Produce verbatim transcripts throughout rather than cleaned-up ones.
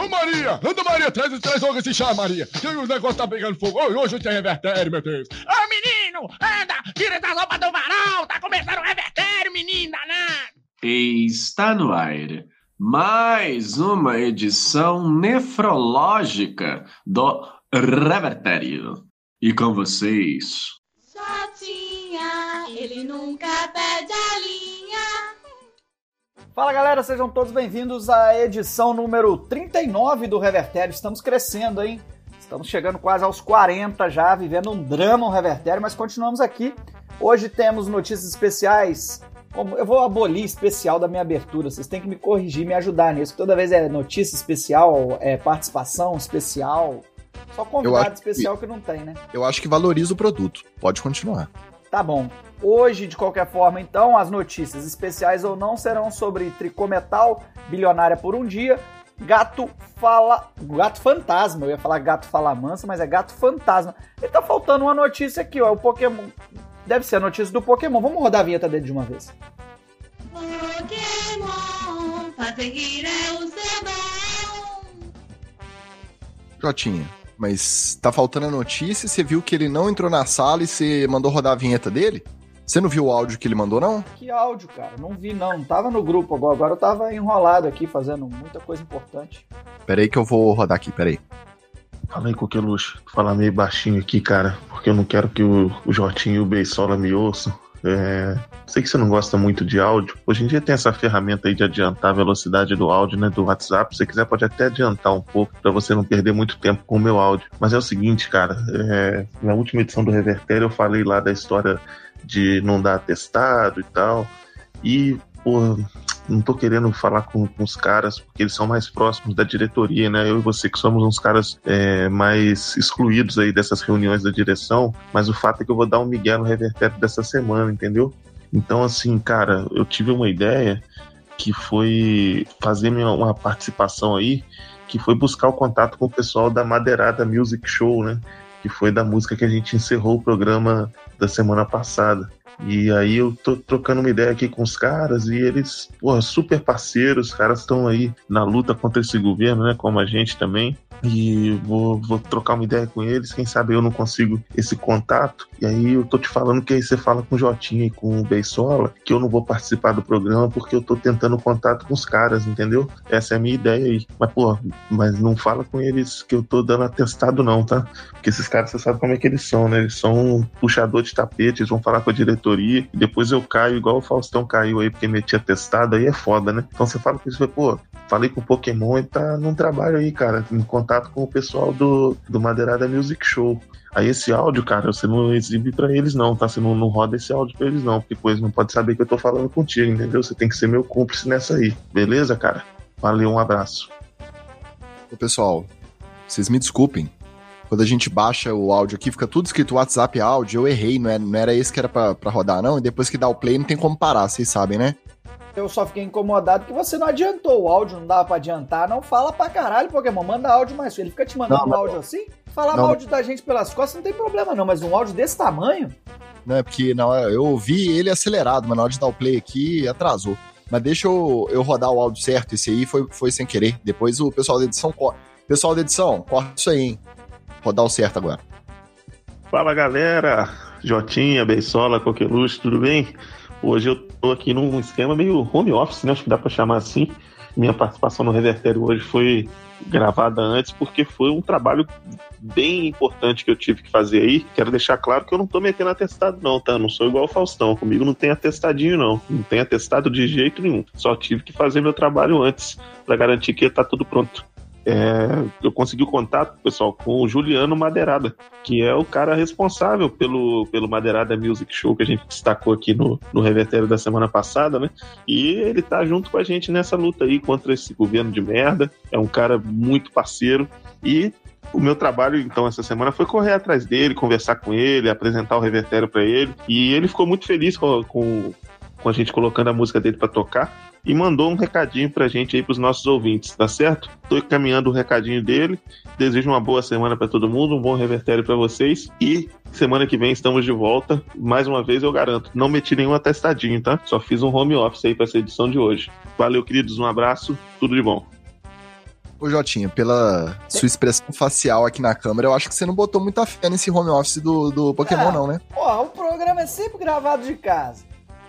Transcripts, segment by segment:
Maria! Anda, Maria, traz, traz logo esse chá, Maria. O negócio tá pegando fogo. Hoje tem revertério, meu Deus. Ô, menino, anda, tira essa roupa do varal. Tá começando o revertério, menino danado. E está no ar mais uma edição nefrológica do Revertério. E com vocês... Jotinha, ele nunca perde a linha. Fala, galera, sejam todos bem-vindos à edição número trinta e nove do Revertério. Estamos crescendo, hein? Estamos chegando quase aos quarenta já, vivendo um drama, um Revertério, mas continuamos aqui. Hoje temos notícias especiais. Eu vou abolir especial da minha abertura, vocês têm que me corrigir, me ajudar nisso. Toda vez é notícia especial, é participação especial. Só convidado especial que, que não tem, né? Eu acho que valoriza o produto. Pode continuar. Tá bom. Hoje, de qualquer forma, então, as notícias especiais ou não serão sobre Tricô Metal, Bilionária por um Dia, Gato Fala... Gato Fantasma. Eu ia falar Gato Fala Mansa, mas é Gato Fantasma. E tá faltando uma notícia aqui, ó. O Pokémon... Deve ser a notícia do Pokémon. Vamos rodar a vinheta dele de uma vez. Pokémon, fazer rir é o seu dom. Jotinha, mas tá faltando a notícia, você viu que ele não entrou na sala e você mandou rodar a vinheta dele? Você não viu o áudio que ele mandou, não? Que áudio, cara? Não vi, não. Não tava no grupo agora. Agora eu tava enrolado aqui, fazendo muita coisa importante. Pera aí que eu vou rodar aqui, pera aí. Fala aí, Coqueluche. Vou falar meio baixinho aqui, cara, porque eu não quero que o, o Jotinho e o Beisola me ouçam. É... Sei que você não gosta muito de áudio. Hoje em dia tem essa ferramenta aí de adiantar a velocidade do áudio, né, do WhatsApp. Se você quiser, pode até adiantar um pouco pra você não perder muito tempo com o meu áudio. Mas é o seguinte, cara, é... na última edição do Revertério eu falei lá da história de não dar atestado e tal. E, pô, não tô querendo falar com, com os caras, porque eles são mais próximos da diretoria, né? Eu e você que somos uns caras é, mais excluídos aí dessas reuniões da direção, mas o fato é que eu vou dar um migué no Revertério dessa semana, entendeu? Então, assim, cara, eu tive uma ideia que foi fazer minha, uma participação aí, que foi buscar o contato com o pessoal da Madeirada Music Show, né? Que foi da música que a gente encerrou o programa da semana passada. E aí eu tô trocando uma ideia aqui com os caras e eles, porra, super parceiros, os caras estão aí na luta contra esse governo, né, como a gente também. E vou, vou trocar uma ideia com eles, quem sabe eu não consigo esse contato. E aí eu tô te falando que aí você fala com o Jotinha e com o Beisola, que eu não vou participar do programa porque eu tô tentando contato com os caras, entendeu? Essa é a minha ideia aí. Mas, pô, mas não fala com eles que eu tô dando atestado não, tá? Porque esses caras, você sabe como é que eles são, né? Eles são um puxador de tapete, eles vão falar com a diretoria e depois eu caio igual o Faustão caiu aí porque meti atestado, aí é foda, né? Então você fala com isso, pô, falei com o Pokémon e tá num trabalho aí, cara, em contato com o pessoal do, do Madeirada Music Show. Aí esse áudio, cara, você não exibe pra eles não, tá? Você não, não roda esse áudio pra eles não, porque coisa não pode saber que eu tô falando contigo, entendeu? Você tem que ser meu cúmplice nessa aí, beleza, cara? Valeu, um abraço. Ô, pessoal, vocês me desculpem. Quando a gente baixa o áudio aqui, fica tudo escrito WhatsApp áudio, eu errei, não era, não era esse que era pra, pra rodar, não. E depois que dá o play, não tem como parar, vocês sabem, né? Eu só fiquei incomodado que você não adiantou o áudio, não dava pra adiantar. Não fala pra caralho, Pokémon, manda áudio mais. Ele fica te mandando não, um áudio assim? Falar não, áudio da gente pelas costas não tem problema não, mas um áudio desse tamanho? Não, é porque na hora, eu ouvi ele acelerado, mas na hora de dar o play aqui, atrasou. Mas deixa eu, eu rodar o áudio certo, esse aí foi, foi sem querer. Depois o pessoal da edição... Pessoal da edição, corta isso aí, hein? Rodar o certo agora. Fala, galera! Jotinha, Beisola, Coqueluche, tudo bem? Hoje eu tô aqui num esquema meio home office, né? Acho que dá pra chamar assim. Minha participação no Revertério hoje foi gravada antes, porque foi um trabalho bem importante que eu tive que fazer aí. Quero deixar claro que eu não tô metendo atestado não, tá? Não sou igual o Faustão. Comigo não tem atestadinho não. Não tem atestado de jeito nenhum. Só tive que fazer meu trabalho antes, pra garantir que tá tudo pronto. É, eu consegui o contato, pessoal, com o Juliano Madeirada, que é o cara responsável pelo, pelo Madeirada Music Show que a gente destacou aqui no, no Revertério da semana passada, né? E ele tá junto com a gente nessa luta aí contra esse governo de merda. É um cara muito parceiro e o meu trabalho, então, essa semana foi correr atrás dele, conversar com ele, apresentar o Revertério pra ele. E ele ficou muito feliz com, com, com a gente colocando a música dele pra tocar. E mandou um recadinho pra gente aí, pros nossos ouvintes, tá certo? Tô encaminhando o recadinho dele. Desejo uma boa semana pra todo mundo, um bom Revertério pra vocês. E semana que vem estamos de volta. Mais uma vez eu garanto, não meti nenhum atestadinho, tá? Só fiz um home office aí pra essa edição de hoje. Valeu, queridos, um abraço, tudo de bom. Ô, Jotinha, pela sua expressão facial aqui na câmera, eu acho que você não botou muita fé nesse home office do, do Pokémon, é, não, né? Porra, o programa é sempre gravado de casa.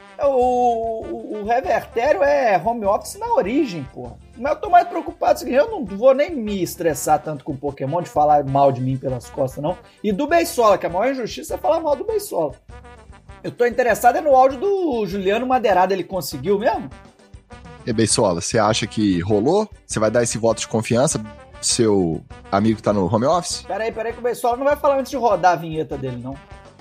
O, o, o Revertério é home office na origem, porra. Mas eu tô mais preocupado com isso. Eu não vou nem me estressar tanto com o Pokémon, de falar mal de mim pelas costas, não. E do Beisola, que a maior injustiça é falar mal do Beisola. Eu tô interessado é no áudio do Juliano Madeirada, ele conseguiu mesmo? E Beisola, você acha que rolou? Você vai dar esse voto de confiança pro seu amigo que tá no home office? Peraí, peraí que o Beisola não vai falar antes de rodar a vinheta dele, não.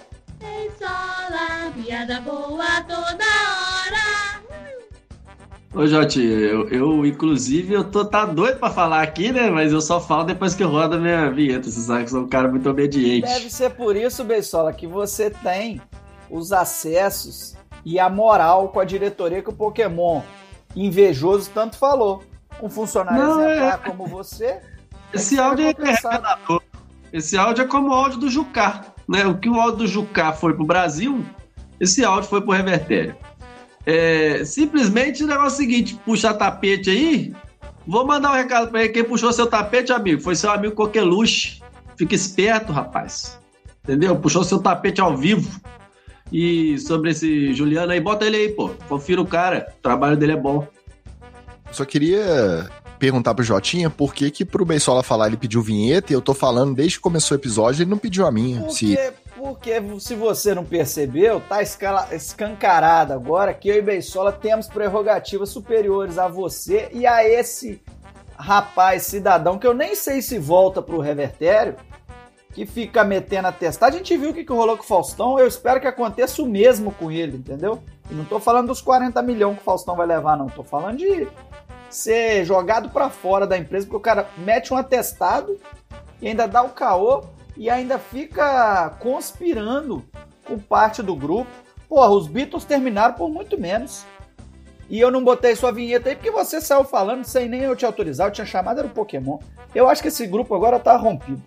Beisola, piada boa toda hora. Ô, Jotinha, eu, eu, inclusive, eu tô tá doido pra falar aqui, né? Mas eu só falo depois que eu rodo a minha vinheta. Você sabe que eu sou um cara muito obediente. Deve ser por isso, Beisola, que você tem os acessos e a moral com a diretoria que o Pokémon invejoso tanto falou. Um funcionário Não, exemplar é... como você. Esse áudio é revelador. Esse áudio é como o áudio do Jucá, né? O que o áudio do Jucá foi pro Brasil, esse áudio foi pro Revertério. É, simplesmente o negócio é o seguinte: puxar tapete aí. Vou mandar um recado pra ele. Quem puxou seu tapete, amigo, foi seu amigo Coqueluche. Fica esperto, rapaz. Entendeu? Puxou seu tapete ao vivo. E sobre esse Juliano aí, bota ele aí, pô. Confira o cara. O trabalho dele é bom. Só queria perguntar pro Jotinha por que que pro Beisola falar ele pediu vinheta e eu tô falando desde que começou o episódio ele não pediu a minha. Porque, se... porque se você não percebeu, tá escala, escancarado agora que eu e Beisola temos prerrogativas superiores a você e a esse rapaz, cidadão, que eu nem sei se volta pro Revertério, que fica metendo a testar. A gente viu o que, que rolou com o Faustão, eu espero que aconteça o mesmo com ele, entendeu? E não tô falando dos quarenta milhões que o Faustão vai levar, não. Tô falando de ser jogado pra fora da empresa, porque o cara mete um atestado e ainda dá o caô e ainda fica conspirando com parte do grupo. Porra, os Beatles terminaram por muito menos. E eu não botei sua vinheta aí porque você saiu falando sem nem eu te autorizar. Eu tinha chamado, era o Pokémon. Eu acho que esse grupo agora tá rompido.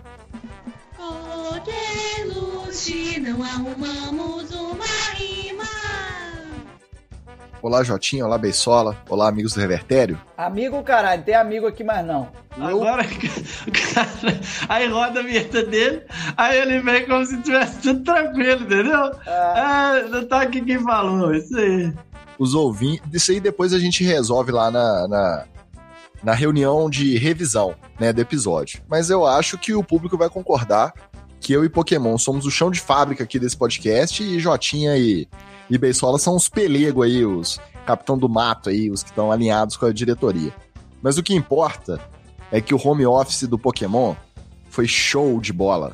Coqueluche, não arrumamos uma rima. Olá, Jotinha. Olá, Beisola. Olá, amigos do Revertério. Amigo, caralho, não tem amigo aqui mais não. Eu... Agora, cara, aí roda a vinheta dele, aí ele vem como se tivesse tudo tranquilo, entendeu? Ah. É, não tá aqui quem falou, isso aí. Os ouvintes, isso aí depois a gente resolve lá na, na, na reunião de revisão, né, do episódio. Mas eu acho que o público vai concordar que eu e Pokémon somos o chão de fábrica aqui desse podcast e Jotinha e, e Beisola são os pelego aí, os capitão do mato aí, os que estão alinhados com a diretoria. Mas o que importa é que o home office do Pokémon foi show de bola.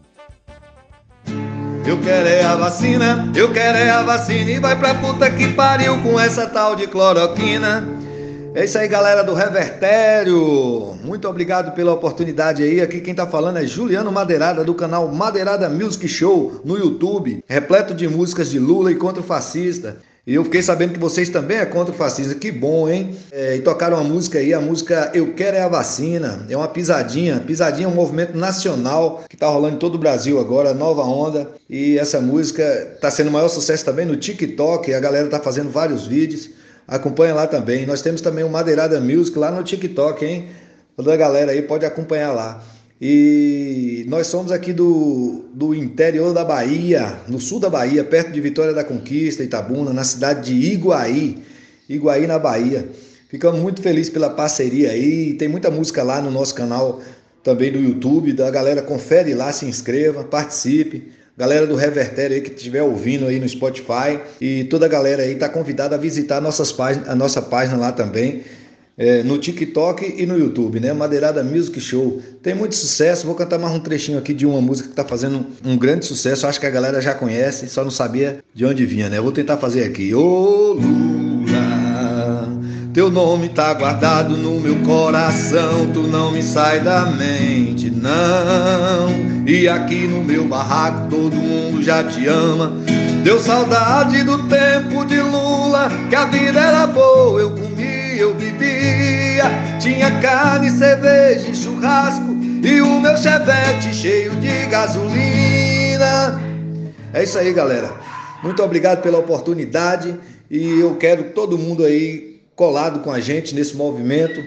Eu quero é a vacina, eu quero é a vacina e vai pra puta que pariu com essa tal de cloroquina. É isso aí, galera do Revertério. Muito obrigado pela oportunidade aí. Aqui quem tá falando é Juliano Madeirada, do canal Madeirada Music Show no YouTube, repleto de músicas de Lula e contra o fascista. E eu fiquei sabendo que vocês também é contra o fascismo. Que bom, hein? É, e tocaram uma música aí, a música Eu Quero é a Vacina. É uma pisadinha. Pisadinha é um movimento nacional que tá rolando em todo o Brasil agora, nova onda. E essa música tá sendo o maior sucesso também no TikTok. A galera tá fazendo vários vídeos. Acompanha lá também. Nós temos também o Madeirada Music lá no TikTok, hein? Toda a galera aí pode acompanhar lá. E nós somos aqui do, do interior da Bahia, no sul da Bahia, perto de Vitória da Conquista, Itabuna, na cidade de Iguaí, Iguaí na Bahia. Ficamos muito felizes pela parceria aí, tem muita música lá no nosso canal também do YouTube, da galera confere lá, se inscreva, participe. Galera do Revertério aí que estiver ouvindo aí no Spotify e toda a galera aí está convidada a visitar nossas páginas, a nossa página lá também, É, no TikTok e no YouTube, né? Madeirada Music Show. Tem muito sucesso. Vou cantar mais um trechinho aqui de uma música que tá fazendo um grande sucesso. Acho que a galera já conhece, só não sabia de onde vinha, né? Eu vou tentar fazer aqui. Ô Lula, teu nome tá guardado no meu coração. Tu não me sai da mente, não. E aqui no meu barraco todo mundo já te ama. Deu saudade do tempo de Lula, que a vida era boa, eu comia, eu bebia, tinha carne, cerveja e churrasco, e o meu chevette cheio de gasolina. É isso aí, galera. Muito obrigado pela oportunidade, e eu quero todo mundo aí colado com a gente nesse movimento,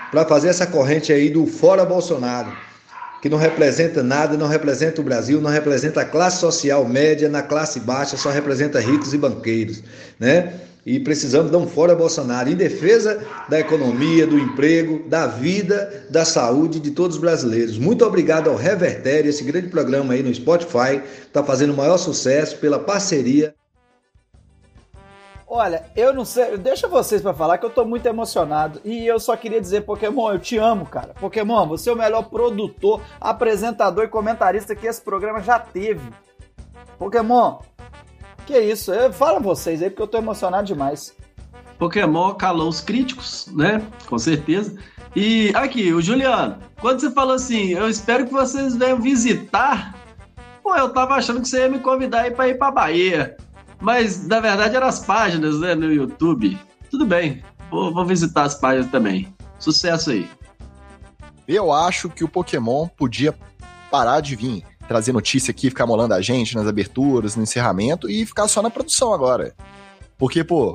para fazer essa corrente aí do fora Bolsonaro, que não representa nada, não representa o Brasil, não representa a classe social média, na classe baixa só representa ricos e banqueiros, né? E precisamos dar um fora Bolsonaro, em defesa da economia, do emprego, da vida, da saúde de todos os brasileiros. Muito obrigado ao Revertério, esse grande programa aí no Spotify, está fazendo o maior sucesso pela parceria. Olha, eu não sei, deixa vocês pra falar que eu tô muito emocionado e eu só queria dizer, Pokémon, eu te amo, cara. Pokémon, você é o melhor produtor, apresentador e comentarista que esse programa já teve. Pokémon, que isso, eu, fala vocês aí porque eu tô emocionado demais. Pokémon calou os críticos, né? Com certeza. E aqui, o Juliano, quando você falou assim, eu espero que vocês venham visitar, pô, eu tava achando que você ia me convidar aí pra ir pra Bahia. Mas, na verdade, eram as páginas, né, no YouTube. Tudo bem, vou, vou visitar as páginas também. Sucesso aí. Eu acho que o Pokémon podia parar de vir trazer notícia aqui, ficar molando a gente nas aberturas, no encerramento e ficar só na produção agora. Porque, pô,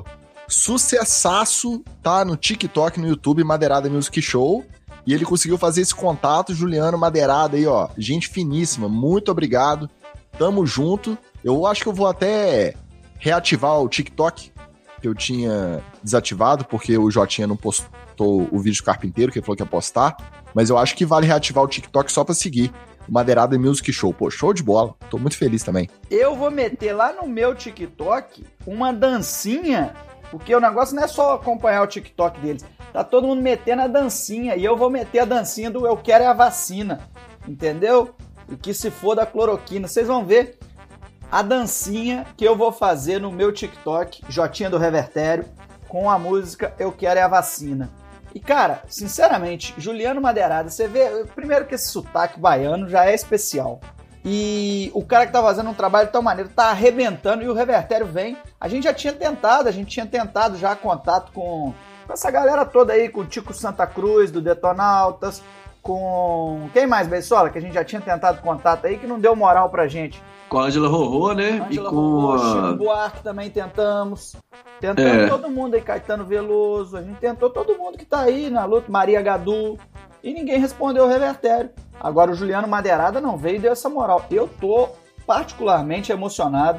sucessaço tá no TikTok, no YouTube, Madeirada Music Show, e ele conseguiu fazer esse contato, Juliano Madeirada aí, ó, gente finíssima, muito obrigado, tamo junto. Eu acho que eu vou até reativar o TikTok, que eu tinha desativado, porque o Jotinha não postou o vídeo do carpinteiro, que ele falou que ia postar, mas eu acho que vale reativar o TikTok só pra seguir o Madeirada Music Show. Pô, show de bola. Tô muito feliz também. Eu vou meter lá no meu TikTok uma dancinha, porque o negócio não é só acompanhar o TikTok deles. Tá todo mundo metendo a dancinha, e eu vou meter a dancinha do Eu Quero é a Vacina. Entendeu? E que se for da cloroquina. Vocês vão ver a dancinha que eu vou fazer no meu TikTok, Jotinha do Revertério, com a música Eu Quero é a Vacina. E, cara, sinceramente, Juliano Madeirada, você vê, primeiro que esse sotaque baiano já é especial. E o cara que tá fazendo um trabalho de tal maneira, tá arrebentando, e o Revertério vem. A gente já tinha tentado, a gente tinha tentado já contato com, com essa galera toda aí, com o Tico Santa Cruz, do Detonautas, com... Quem mais, Beisola? Que a gente já tinha tentado contato aí, que não deu moral pra gente. Com a Ângela Rorô, né? Angela e com Rorô, a... Chico Buarque também tentamos. Tentamos É. todo mundo aí, Caetano Veloso. A gente tentou todo mundo que tá aí na luta, Maria Gadu. E ninguém respondeu o Revertério. Agora o Juliano Madeirada não veio e deu essa moral. Eu tô particularmente emocionado.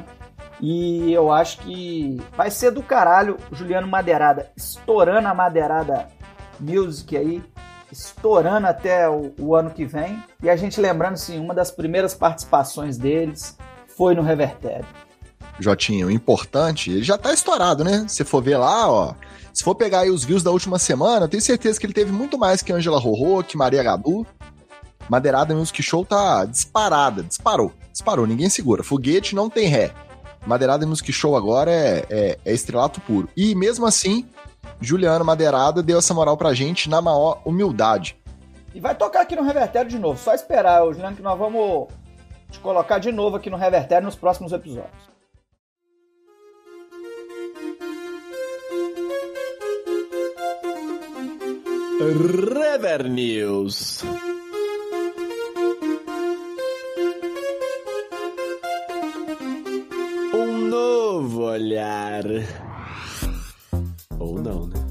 E eu acho que vai ser do caralho o Juliano Madeirada estourando a Madeirada Music aí. Estourando até o, o ano que vem. E a gente lembrando, assim, uma das primeiras participações deles foi no Revertério. Jotinha, o importante, ele já tá estourado, né? Se for ver lá, ó, se for pegar aí os views da última semana, eu tenho certeza que ele teve muito mais que Ângela Rorô, que Maria Gadu. Madeirada Music Show tá disparada, disparou, disparou, ninguém segura. Foguete não tem ré. Madeirada Music Show agora é, é, é estrelato puro. E mesmo assim, Juliano Madeirada deu essa moral pra gente na maior humildade. E vai tocar aqui no Revertério de novo. Só esperar, Juliano, que nós vamos te colocar de novo aqui no Revertério nos próximos episódios. Rever News. Um novo olhar. Ou não, né?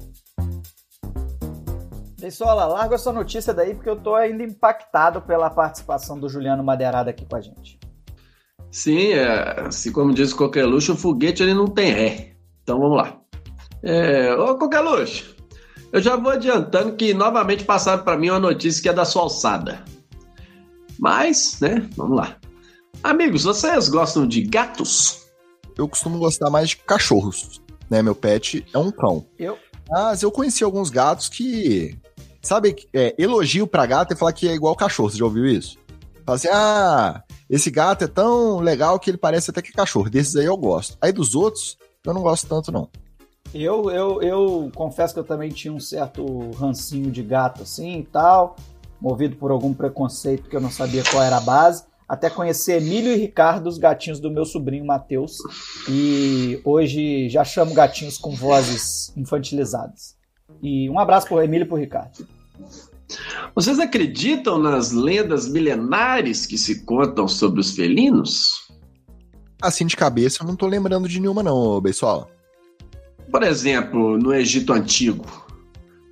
Pessoal, larga essa notícia daí porque eu tô ainda impactado pela participação do Juliano Madeirada aqui com a gente. Sim, é, assim como diz Coqueluche, o foguete ele não tem ré. Então vamos lá. É, ô Coqueluche, eu já vou adiantando que novamente passaram para mim uma notícia que é da sua alçada. Mas, né, vamos lá. Amigos, vocês gostam de gatos? Eu costumo gostar mais de cachorros, né? Meu pet é um cão. Eu? Mas eu conheci alguns gatos que... Sabe, é, elogio pra gato é falar que é igual cachorro, você já ouviu isso? Fala assim, ah, esse gato é tão legal que ele parece até que é cachorro. Desses aí eu gosto. Aí dos outros, eu não gosto tanto, não. Eu, eu, eu confesso que eu também tinha um certo rancinho de gato assim e tal, movido por algum preconceito que eu não sabia qual era a base, até conhecer Emílio e Ricardo, os gatinhos do meu sobrinho Matheus, e hoje já chamo gatinhos com vozes infantilizadas. E um abraço pro Emílio e pro Ricardo. Vocês acreditam nas lendas milenares que se contam sobre os felinos? Assim de cabeça eu não tô lembrando de nenhuma não, Beisola. Por exemplo, no Egito Antigo,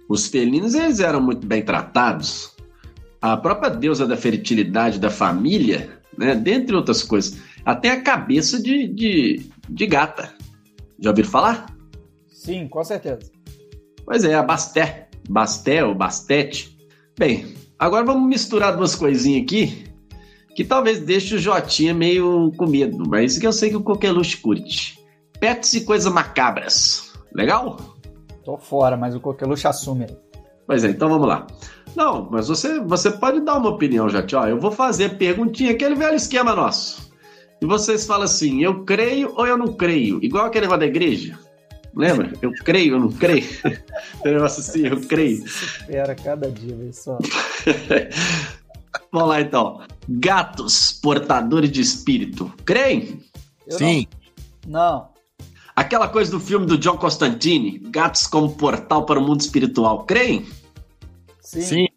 Os felinos, eles eram muito bem tratados. A própria deusa da fertilidade da família, né, dentre outras coisas, até a cabeça de, de, de gata. Já ouviram falar? Sim, com certeza. Pois é, a Basté. Basté ou Bastete. Bem, agora vamos misturar duas coisinhas aqui que talvez deixe o Jotinha meio com medo, mas isso que eu sei que o Coqueluche curte. Pets e coisas macabras. Legal? Tô fora, mas o Coqueluche assume aí. Pois é, então vamos lá. Não, mas você, você pode dar uma opinião, Jotinha. Ó, eu vou fazer perguntinha, aquele velho esquema nosso. E vocês falam assim, eu creio ou eu não creio? Igual aquele negócio da igreja. Lembra? Eu creio, eu não creio. Tem um negócio assim, eu creio. Supera cada dia, vê só. Vamos lá, então. Gatos portadores de espírito. Creem? Eu Sim. Não. não. Aquela coisa do filme do John Constantine, gatos como portal para o mundo espiritual. Creem? Sim. Sim.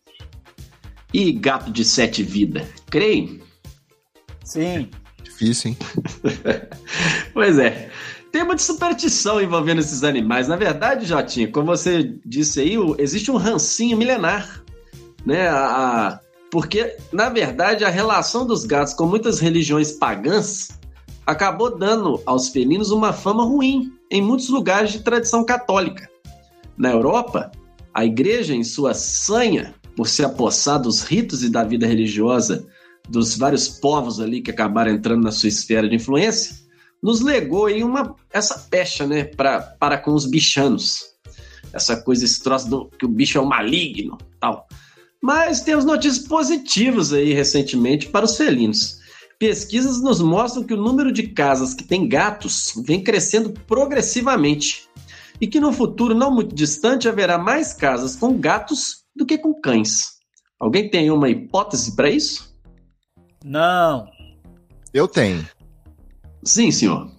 E gato de sete vidas. Creem? Sim. Difícil, hein? Pois é. Tem muita superstição envolvendo esses animais. Na verdade, Jotinha, como você disse aí, existe um rancinho milenar, né? A, a, porque, na verdade, a relação dos gatos com muitas religiões pagãs acabou dando aos felinos uma fama ruim em muitos lugares de tradição católica. Na Europa, a igreja, em sua sanha por se apossar dos ritos e da vida religiosa dos vários povos ali que acabaram entrando na sua esfera de influência, nos legou aí uma, essa pecha, né, pra, para com os bichanos. Essa coisa, esse troço do, que o bicho é um maligno, tal. Mas temos notícias positivas aí recentemente para os felinos. Pesquisas nos mostram que o número de casas que têm gatos vem crescendo progressivamente e que no futuro não muito distante haverá mais casas com gatos do que com cães. Alguém tem uma hipótese para isso? Não. Eu tenho. Sim, senhor.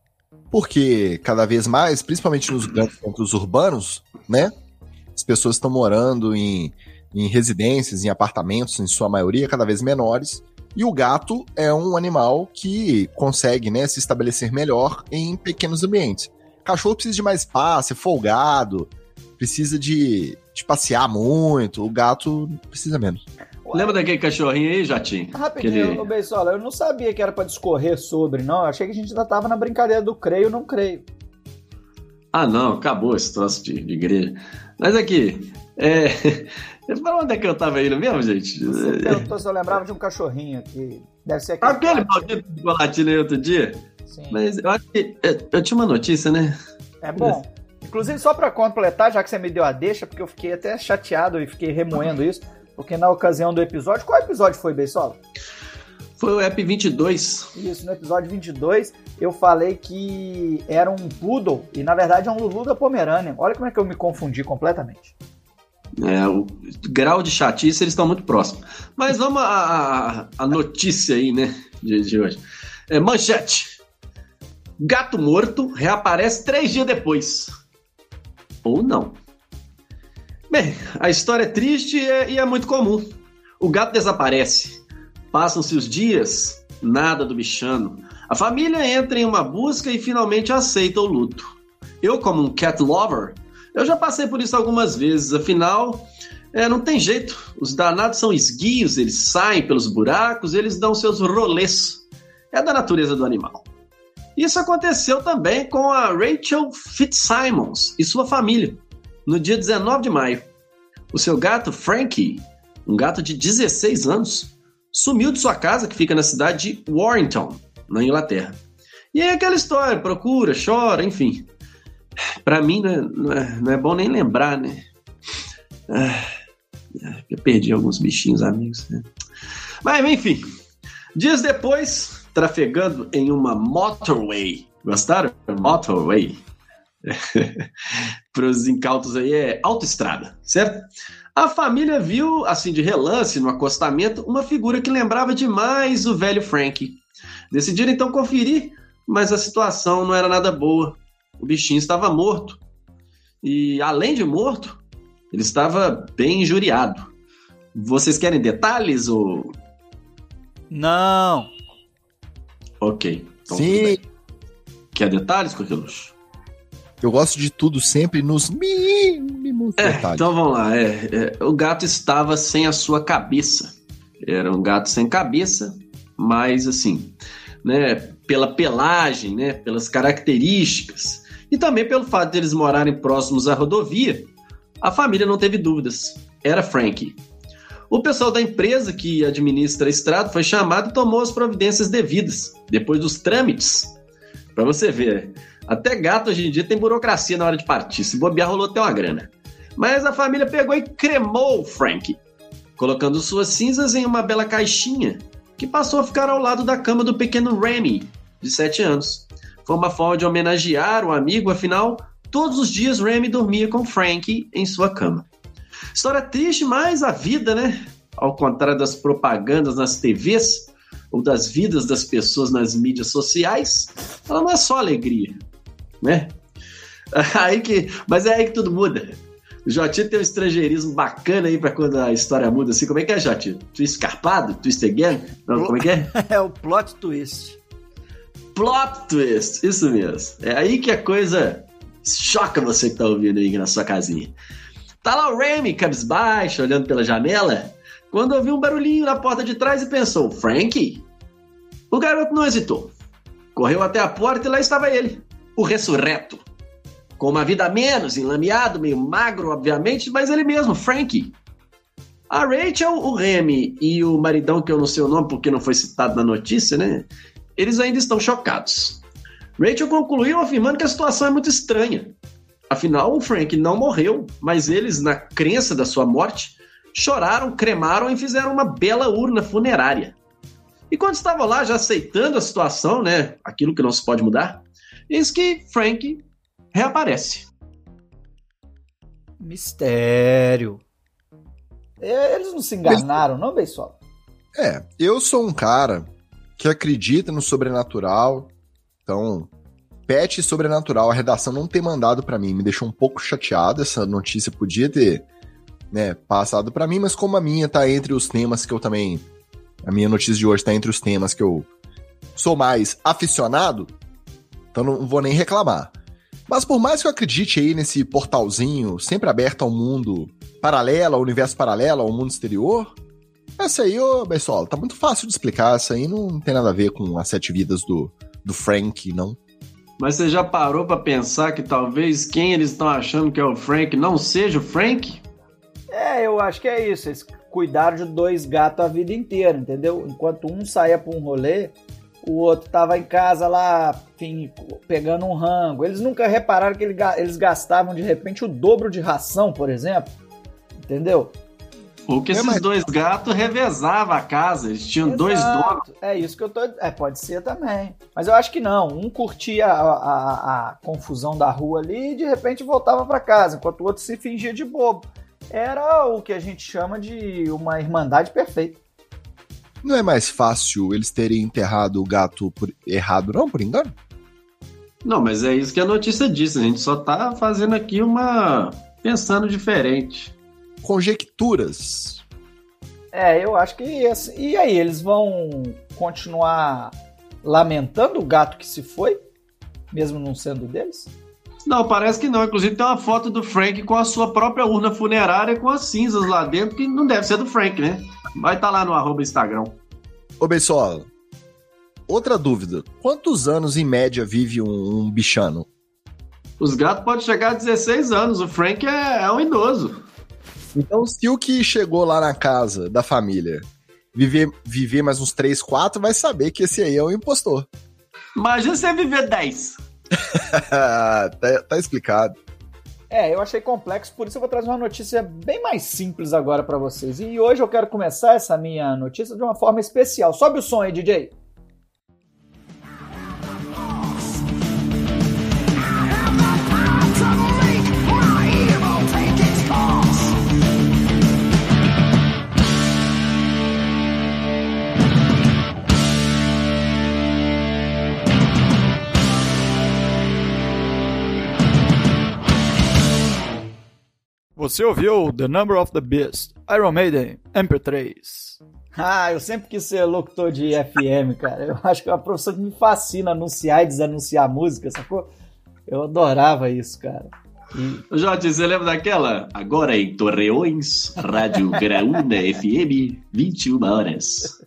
Porque cada vez mais, principalmente nos grandes centros urbanos, né? As pessoas estão morando em, em residências, em apartamentos, em sua maioria, cada vez menores. E o gato é um animal que consegue, né, se estabelecer melhor em pequenos ambientes. Cachorro precisa de mais espaço, é folgado, precisa de, de passear muito. O gato precisa menos. Lembra daquele cachorrinho aí, Jatinho? Rapidinho, Aquele... ô Beisola, eu não sabia que era pra discorrer sobre, não. Eu achei que a gente ainda tava na brincadeira do creio ou não creio. Ah, não, acabou esse troço de, de igreja. Mas aqui, é... para onde é que eu tava indo mesmo, gente? Você perguntou se eu lembrava de um cachorrinho que deve ser aquele... Aquele maldito chocolate aí outro dia? Sim. Mas eu acho que... Eu, eu tinha uma notícia, né? É bom. Inclusive, só pra completar, já que você me deu a deixa, porque eu fiquei até chateado e fiquei remoendo isso, porque na ocasião do episódio... Qual episódio foi, Beisola? Foi o App vinte e dois. Isso, no episódio vinte e dois, eu falei que era um poodle, e na verdade é um Lulu da Pomerânia. Olha como é que eu me confundi completamente. É, o grau de chatice, eles estão muito próximos. Mas vamos à, à notícia aí, né, de, de hoje. É, manchete. Gato morto reaparece três dias depois. Ou não. Bem, a história é triste e é, e é muito comum. O gato desaparece. Passam-se os dias, nada do bichano. A família entra em uma busca e finalmente aceita o luto. Eu, como um cat lover, eu já passei por isso algumas vezes. Afinal, é, não tem jeito. Os danados são esguios, eles saem pelos buracos, eles dão seus rolês. É da natureza do animal. Isso aconteceu também com a Rachel Fitzsimons e sua família, no dia dezenove de maio. O seu gato, Frankie, um gato de dezesseis anos, sumiu de sua casa, que fica na cidade de Warrington, na Inglaterra. E aí aquela história, procura, chora, enfim. Pra mim, né, não, é, não é bom nem lembrar, né? Ah, eu perdi alguns bichinhos amigos, né? Mas, enfim. Dias depois, trafegando em uma motorway. Gostaram? Motorway. Para os incautos aí, é autoestrada, certo? A família viu, assim, de relance, no acostamento, uma figura que lembrava demais o velho Frank. Decidiram, então, conferir, mas a situação não era nada boa. O bichinho estava morto. E, além de morto, ele estava bem injuriado. Vocês querem detalhes ou... Não. Ok. Então, Sim. Quer detalhes, Coqueluche? Eu gosto de tudo sempre nos mínimos os É, detalhes. então vamos lá. É, é, o gato estava sem a sua cabeça. Era um gato sem cabeça, mas assim, né, pela pelagem, né, pelas características e também pelo fato de eles morarem próximos à rodovia, a família não teve dúvidas. Era Frankie. O pessoal da empresa que administra a estrada foi chamado e tomou as providências devidas, depois dos trâmites. Pra você ver, até gato hoje em dia tem burocracia na hora de partir. Se bobear, rolou até uma grana. Mas a família pegou e cremou o Frankie, colocando suas cinzas em uma bela caixinha, que passou a ficar ao lado da cama do pequeno Remy, de sete anos. Foi uma forma de homenagear o amigo, afinal, todos os dias Remy dormia com Frankie em sua cama. História triste, mas a vida, né? Ao contrário das propagandas nas T Vs, ou das vidas das pessoas nas mídias sociais, ela não é só alegria, né? Aí que, mas é aí que tudo muda. O Jotinho tem um estrangeirismo bacana aí pra quando a história muda assim. Como é que é, Jotinho? Twist carpado? Twist again? Não, como é que é? É o plot twist. Plot twist, isso mesmo. É aí que a coisa choca você que tá ouvindo aí na sua casinha. Tá lá o Remy, cabisbaixo, olhando pela janela, quando ouviu um barulhinho na porta de trás e pensou, Frankie? O garoto não hesitou. Correu até a porta e lá estava ele, o ressurreto. Com uma vida a menos, enlameado, meio magro, obviamente, mas ele mesmo, Frankie. A Rachel, o Remy e o maridão, que eu não sei o nome porque não foi citado na notícia, né? Eles ainda estão chocados. Rachel concluiu afirmando que a situação é muito estranha. Afinal, o Frank não morreu, mas eles, na crença da sua morte, choraram, cremaram e fizeram uma bela urna funerária. E quando estavam lá, já aceitando a situação, né, aquilo que não se pode mudar, eis que Frank reaparece. Mistério. Eles não se enganaram, não, Beisola? É, eu sou um cara que acredita no sobrenatural, então... Pet sobrenatural, a redação não ter mandado pra mim, me deixou um pouco chateado, essa notícia podia ter, né, passado pra mim, mas como a minha tá entre os temas que eu também, a minha notícia de hoje tá entre os temas que eu sou mais aficionado, então não vou nem reclamar. Mas por mais que eu acredite aí nesse portalzinho sempre aberto ao mundo paralelo, ao universo paralelo, ao mundo exterior, essa aí, ô Beisola, tá muito fácil de explicar, essa aí não tem nada a ver com as sete vidas do, do Frank, não. Mas você já parou pra pensar que talvez quem eles estão achando que é o Frank não seja o Frank? É, eu acho que é isso. Eles cuidaram de dois gatos a vida inteira, entendeu? Enquanto um saía pra um rolê, o outro tava em casa lá, enfim, pegando um rango. Eles nunca repararam que eles gastavam, de repente, o dobro de ração, por exemplo. Entendeu? Ou que esses é, mas... dois gatos revezavam a casa, eles tinham Exato. dois donos. É isso que eu tô... É, pode ser também. Mas eu acho que não. Um curtia a, a, a confusão da rua ali e de repente voltava pra casa, enquanto o outro se fingia de bobo. Era o que a gente chama de uma irmandade perfeita. Não é mais fácil eles terem enterrado o gato por errado, não, por engano? Não, mas é isso que a notícia disse. A gente só tá fazendo aqui uma... pensando diferente. Conjecturas. É, eu acho que... Esse... E aí, eles vão continuar lamentando o gato que se foi? Mesmo não sendo deles? Não, parece que não. Inclusive tem uma foto do Frank com a sua própria urna funerária com as cinzas lá dentro, que não deve ser do Frank, né? Vai estar tá lá no arroba Instagram. Ô, Beisola, outra dúvida. Quantos anos, em média, vive um, um bichano? Os gatos podem chegar a dezesseis anos. O Frank é, é um idoso. Então, se o que chegou lá na casa da família viver, viver mais uns três, quatro, vai saber que esse aí é o impostor. Imagina você viver dez. tá, tá explicado. É, eu achei complexo, por isso eu vou trazer uma notícia bem mais simples agora pra vocês. E hoje eu quero começar essa minha notícia de uma forma especial. Sobe o som aí, D J. Você ouviu The Number of the Beast, Iron Maiden, M P três. Ah, eu sempre quis ser locutor de F M, cara. Eu acho que é uma profissão que me fascina, anunciar e desanunciar música, sacou? Eu adorava isso, cara. E... Jorge, você lembra daquela? Agora em Torreões, Rádio Graúna F M, vinte e uma horas.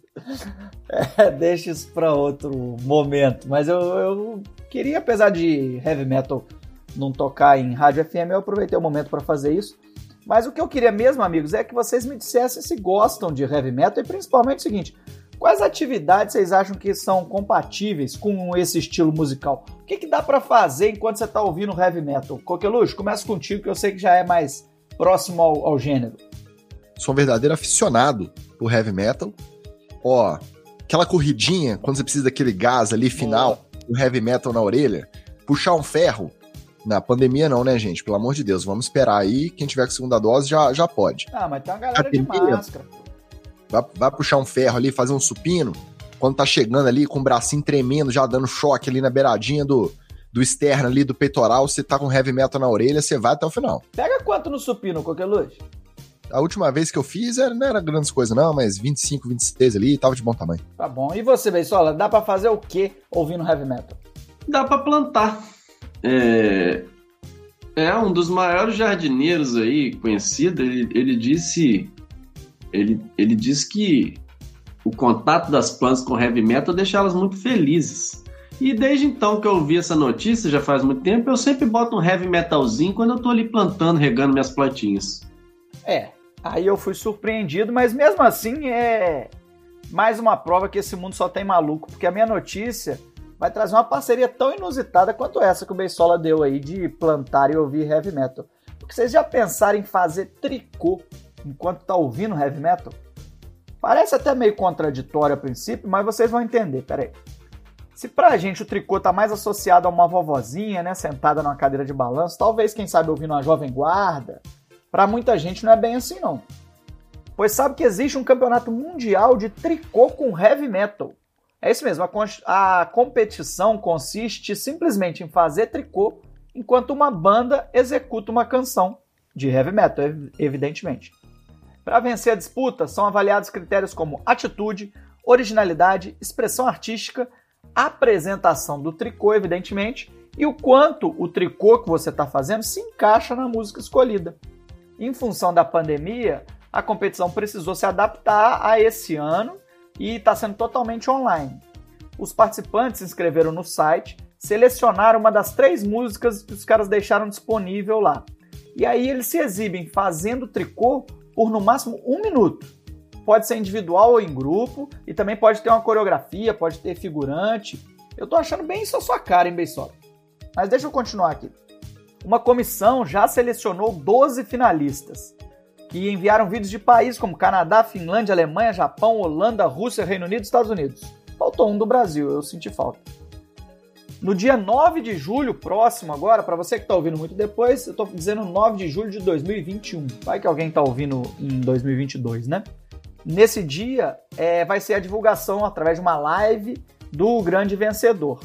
É, deixa isso pra outro momento. Mas eu, eu queria, apesar de heavy metal não tocar em rádio F M, eu aproveitei o momento para fazer isso. Mas o que eu queria mesmo, amigos, é que vocês me dissessem se gostam de heavy metal e principalmente o seguinte: quais atividades vocês acham que são compatíveis com esse estilo musical? O que, que dá para fazer enquanto você tá ouvindo heavy metal? Coqueluche, começa contigo, que eu sei que já é mais próximo ao, ao gênero. Sou um verdadeiro aficionado por heavy metal. Ó, aquela corridinha, quando você precisa daquele gás ali final, o heavy metal na orelha, puxar um ferro. Na pandemia não, né, gente? Pelo amor de Deus, vamos esperar aí. Quem tiver com segunda dose já, já pode. Ah, mas tem uma galera de máscara. Vai, vai puxar um ferro ali, fazer um supino. Quando tá chegando ali com o bracinho tremendo, já dando choque ali na beiradinha do, do externo ali, do peitoral, você tá com heavy metal na orelha, você vai até o final. Pega quanto no supino, Coqueluche? A última vez que eu fiz era, não era grandes coisas não, mas vinte e cinco, vinte e seis ali, tava de bom tamanho. Tá bom. E você, Beisola, dá pra fazer o quê ouvindo heavy metal? Dá pra plantar. É... É, um dos maiores jardineiros aí, conhecido, ele, ele disse ele, ele disse que o contato das plantas com heavy metal deixa elas muito felizes. E desde então que eu vi essa notícia, já faz muito tempo, eu sempre boto um heavy metalzinho quando eu tô ali plantando, regando minhas plantinhas. É, aí eu fui surpreendido, mas mesmo assim é mais uma prova que esse mundo só tem maluco, porque a minha notícia vai trazer uma parceria tão inusitada quanto essa que o Beisola deu aí de plantar e ouvir heavy metal. Porque vocês já pensaram em fazer tricô enquanto tá ouvindo heavy metal? Parece até meio contraditório a princípio, mas vocês vão entender, peraí. Se pra gente o tricô tá mais associado a uma vovozinha, né, sentada numa cadeira de balanço, talvez, quem sabe, ouvindo uma jovem guarda, pra muita gente não é bem assim não. Pois sabe que existe um campeonato mundial de tricô com heavy metal. É isso mesmo, a, a competição consiste simplesmente em fazer tricô enquanto uma banda executa uma canção de heavy metal, evidentemente. Para vencer a disputa, são avaliados critérios como atitude, originalidade, expressão artística, apresentação do tricô, evidentemente, e o quanto o tricô que você está fazendo se encaixa na música escolhida. Em função da pandemia, a competição precisou se adaptar a esse ano e está sendo totalmente online. Os participantes se inscreveram no site, selecionaram uma das três músicas que os caras deixaram disponível lá. E aí eles se exibem fazendo tricô por no máximo um minuto. Pode ser individual ou em grupo, e também pode ter uma coreografia, pode ter figurante. Eu tô achando bem isso a sua cara, hein, Beisola? Mas deixa eu continuar aqui. Uma comissão já selecionou doze finalistas, que enviaram vídeos de países como Canadá, Finlândia, Alemanha, Japão, Holanda, Rússia, Reino Unido e Estados Unidos. Faltou um do Brasil, eu senti falta. No dia nove de julho, próximo agora, para você que está ouvindo muito depois, eu estou dizendo nove de julho de dois mil e vinte e um. Vai que alguém está ouvindo em dois mil e vinte e dois, né? Nesse dia, é, vai ser a divulgação através de uma live do grande vencedor.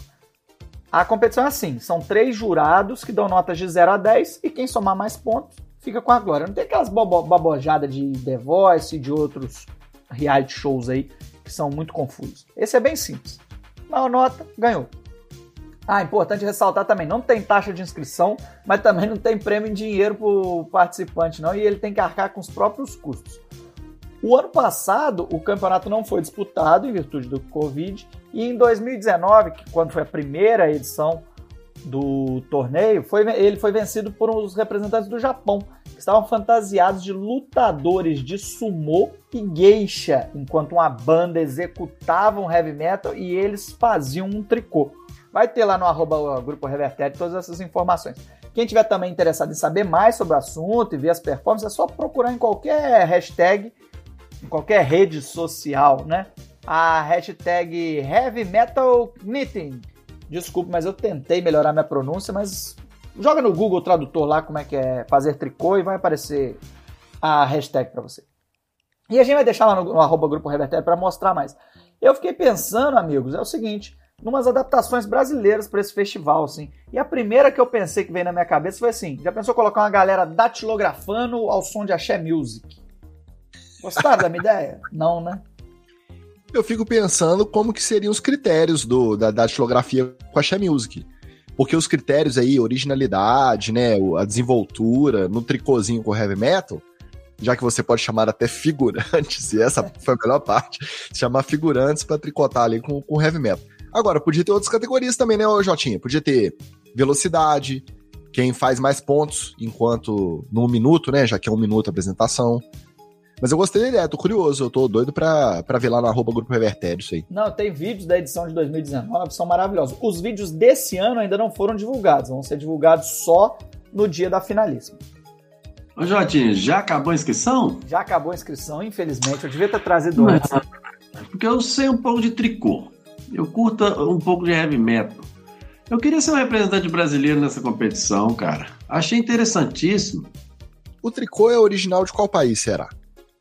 A competição é assim, são três jurados que dão notas de zero a dez e quem somar mais pontos fica com a glória. Não tem aquelas bobo- babojadas de The Voice e de outros reality shows aí que são muito confusos. Esse é bem simples. Maior nota, ganhou. Ah, importante ressaltar também, não tem taxa de inscrição, mas também não tem prêmio em dinheiro para o participante não, e ele tem que arcar com os próprios custos. O ano passado, o campeonato não foi disputado em virtude do Covid, e em dois mil e dezenove, que quando foi a primeira edição do torneio, foi, ele foi vencido por uns representantes do Japão, que estavam fantasiados de lutadores de sumô e geisha, enquanto uma banda executava um heavy metal e eles faziam um tricô. Vai ter lá no arroba Grupo Revertério todas essas informações. Quem tiver também interessado em saber mais sobre o assunto e ver as performances, é só procurar em qualquer hashtag, em qualquer rede social, né? A hashtag Heavy Metal Knitting. Desculpe, mas eu tentei melhorar minha pronúncia, mas joga no Google Tradutor lá como é que é fazer tricô e vai aparecer a hashtag para você. E a gente vai deixar lá no, no arroba Grupo Revertério para mostrar mais. Eu fiquei pensando, amigos, é o seguinte, numas adaptações brasileiras para esse festival, assim. E a primeira que eu pensei que veio na minha cabeça foi assim, já pensou colocar uma galera datilografando ao som de Axé Music? Gostaram da minha ideia? Não, né? Eu fico pensando como que seriam os critérios do, da datilografia com a Axé Music. Porque os critérios aí, originalidade, né, a desenvoltura, no tricôzinho com heavy metal, já que você pode chamar até figurantes, e essa foi a melhor parte, chamar figurantes pra tricotar ali com, com heavy metal. Agora, podia ter outras categorias também, né, Jotinha? Podia ter velocidade, quem faz mais pontos enquanto num minuto, né, já que é um minuto a apresentação. Mas eu gostei da ideia, tô curioso, eu tô doido pra, pra ver lá no arroba Grupo Revertério isso aí. Não, tem vídeos da edição de dois mil e dezenove, são maravilhosos. Os vídeos desse ano ainda não foram divulgados, vão ser divulgados só no dia da finalíssima. Ô, Jotinho, já acabou a inscrição? Já acabou a inscrição, infelizmente, eu devia ter trazido antes. Porque eu sei um pouco de tricô, eu curto um pouco de heavy metal. Eu queria ser um representante brasileiro nessa competição, cara. Achei interessantíssimo. O tricô é original de qual país, será?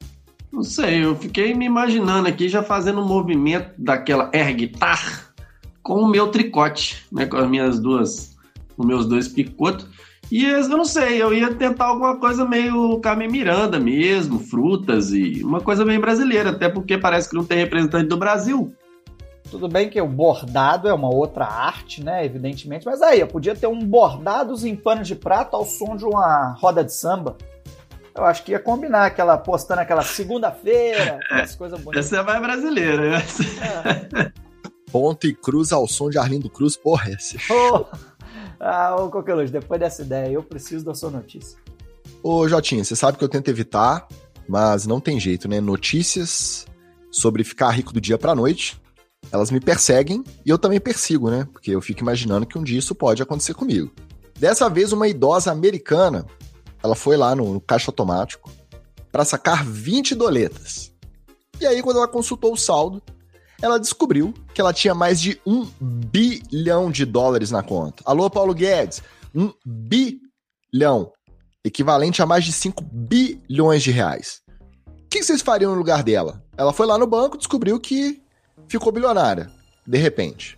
Não sei, eu fiquei me imaginando aqui já fazendo um movimento daquela air guitar com o meu tricote, né, com as minhas duas, os meus dois picotos. E eu não sei, eu ia tentar alguma coisa meio Carmen Miranda mesmo, frutas e uma coisa bem brasileira, até porque parece que não tem representante do Brasil. Tudo bem que o bordado é uma outra arte, né, evidentemente, mas aí, eu podia ter um bordados em panos de prata ao som de uma roda de samba. Eu acho que ia combinar aquela, postando aquela segunda-feira, aquelas coisas bonitas. Essa é mais brasileira, né? É. Ponto e cruz ao som de Arlindo Cruz, porra, esse. Oh, ah, ô Coqueluche, depois dessa ideia, eu preciso da sua notícia. Ô, Jotinha, você sabe que eu tento evitar, mas não tem jeito, né? Notícias sobre ficar rico do dia pra noite, elas me perseguem e eu também persigo, né? Porque eu fico imaginando que um dia isso pode acontecer comigo. Dessa vez, uma idosa americana, ela foi lá no, no caixa automático para sacar vinte doletas. E aí, quando ela consultou o saldo, ela descobriu que ela tinha mais de um bilhão de dólares na conta. Alô, Paulo Guedes? Um bilhão. Equivalente a mais de cinco bilhões de reais. O que vocês fariam no lugar dela? Ela foi lá no banco e descobriu que ficou bilionária, de repente.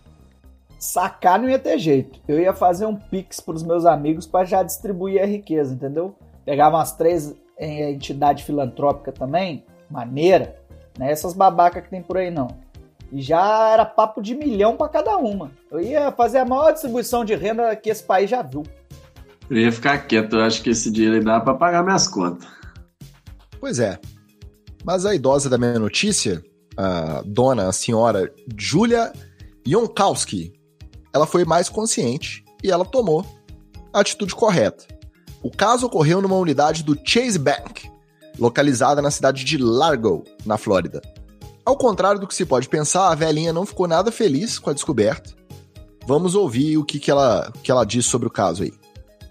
Sacar não ia ter jeito. Eu ia fazer um pix pros meus amigos para já distribuir a riqueza, entendeu? Pegava umas três é, entidades filantrópicas também, maneira, né? Essas babacas que tem por aí não. E já era papo de milhão para cada uma. Eu ia fazer a maior distribuição de renda que esse país já viu. Eu ia ficar quieto, eu acho que esse dinheiro dá para pagar minhas contas. Pois é. Mas a idosa da minha notícia, a dona, a senhora Julia Jonkowski, ela foi mais consciente e ela tomou a atitude correta. O caso ocorreu numa unidade do Chase Bank, localizada na cidade de Largo, na Flórida. Ao contrário do que se pode pensar, a velhinha não ficou nada feliz com a descoberta. Vamos ouvir o que, que, ela, que ela diz sobre o caso aí.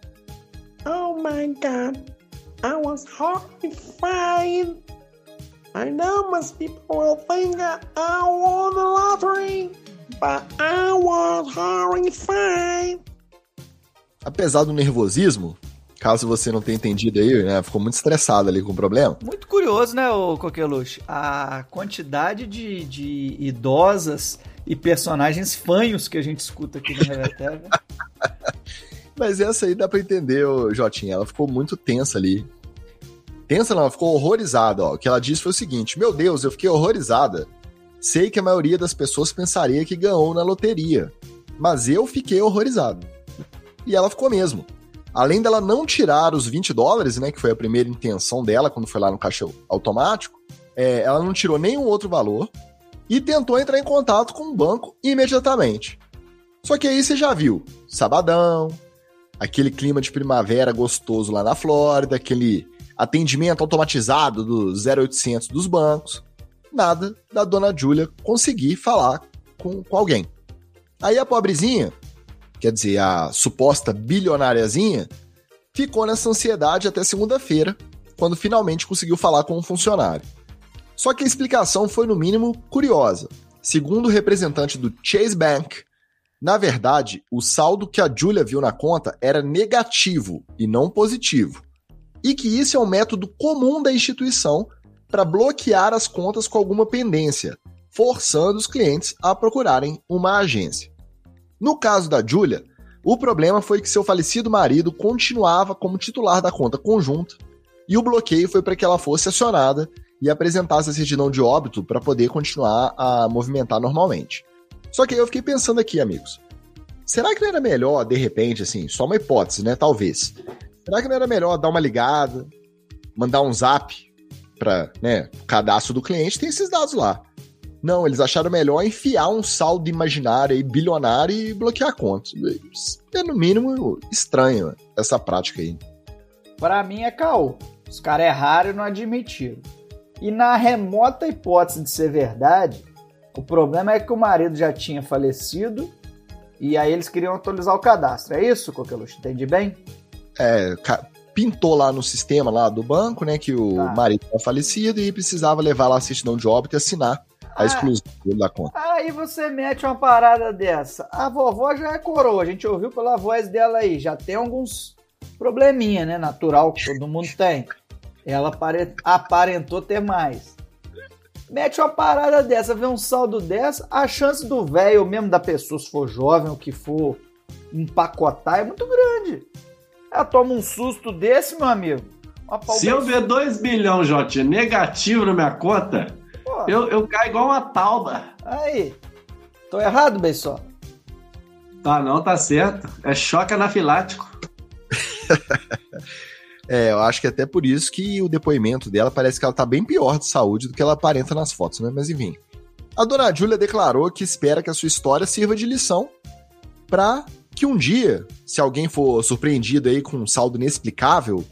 Oh my God, I was horrified. I know most people will think I won the lottery. But I was horrified. Apesar do nervosismo, caso você não tenha entendido aí, né, ficou muito estressado ali com o problema. Muito curioso, né, ô Coqueluche? A quantidade de, de idosas e personagens fanhos que a gente escuta aqui no Revertério. Mas essa aí dá pra entender, ô, Jotinha, ela ficou muito tensa ali. Tensa não, ela ficou horrorizada, ó. O que ela disse foi o seguinte: meu Deus, eu fiquei horrorizada. Sei que a maioria das pessoas pensaria que ganhou na loteria, mas eu fiquei horrorizado. E ela ficou mesmo. Além dela não tirar os vinte dólares, né, que foi a primeira intenção dela quando foi lá no caixa automático, é, ela não tirou nenhum outro valor e tentou entrar em contato com o banco imediatamente. Só que aí você já viu, sabadão, aquele clima de primavera gostoso lá na Flórida, aquele atendimento automatizado do zero oitocentos dos bancos. Nada da dona Júlia conseguir falar com, com alguém. Aí a pobrezinha, quer dizer, a suposta bilionariazinha, ficou nessa ansiedade até segunda-feira, quando finalmente conseguiu falar com um funcionário. Só que a explicação foi, no mínimo, curiosa. Segundo o representante do Chase Bank, na verdade, o saldo que a Júlia viu na conta era negativo e não positivo. E que isso é um método comum da instituição para bloquear as contas com alguma pendência, forçando os clientes a procurarem uma agência. No caso da Júlia, o problema foi que seu falecido marido continuava como titular da conta conjunta e o bloqueio foi para que ela fosse acionada e apresentasse a certidão de óbito para poder continuar a movimentar normalmente. Só que aí eu fiquei pensando aqui, amigos, será que não era melhor, de repente, assim, só uma hipótese, né? Talvez. Será que não era melhor dar uma ligada, mandar um zap para, né, o cadastro do cliente, tem esses dados lá. Não, eles acharam melhor enfiar um saldo imaginário aí, bilionário, e bloquear a conta. É, no mínimo, estranho essa prática aí. Pra mim é caô. Os caras erraram e não admitiram. E na remota hipótese de ser verdade, o problema é que o marido já tinha falecido e aí eles queriam atualizar o cadastro. É isso, Coqueluche? Entendi bem? É, pintou lá no sistema lá do banco, né, que o tá. marido tinha falecido e precisava levar lá a certidão de óbito e assinar a exclusão ah, da conta. Aí você mete uma parada dessa. A vovó já é coroa, a gente ouviu pela voz dela aí, já tem alguns probleminha, né, natural que todo mundo tem. Ela aparentou ter mais. Mete uma parada dessa, vê um saldo dessa, a chance do velho, ou mesmo da pessoa, se for jovem ou que for, empacotar é muito grande. Ela toma um susto desse, meu amigo. Se eu ver dois bilhões, Jotinha, negativo na minha conta, eu, eu caio igual uma tauba. Aí. Tô errado, Beisola? Tá não, tá certo. É choque anafilático. É, eu acho que até por isso que o depoimento dela parece que ela tá bem pior de saúde do que ela aparenta nas fotos, né? Mas enfim. A dona Júlia declarou que espera que a sua história sirva de lição pra que um dia, se alguém for surpreendido aí com um saldo inexplicável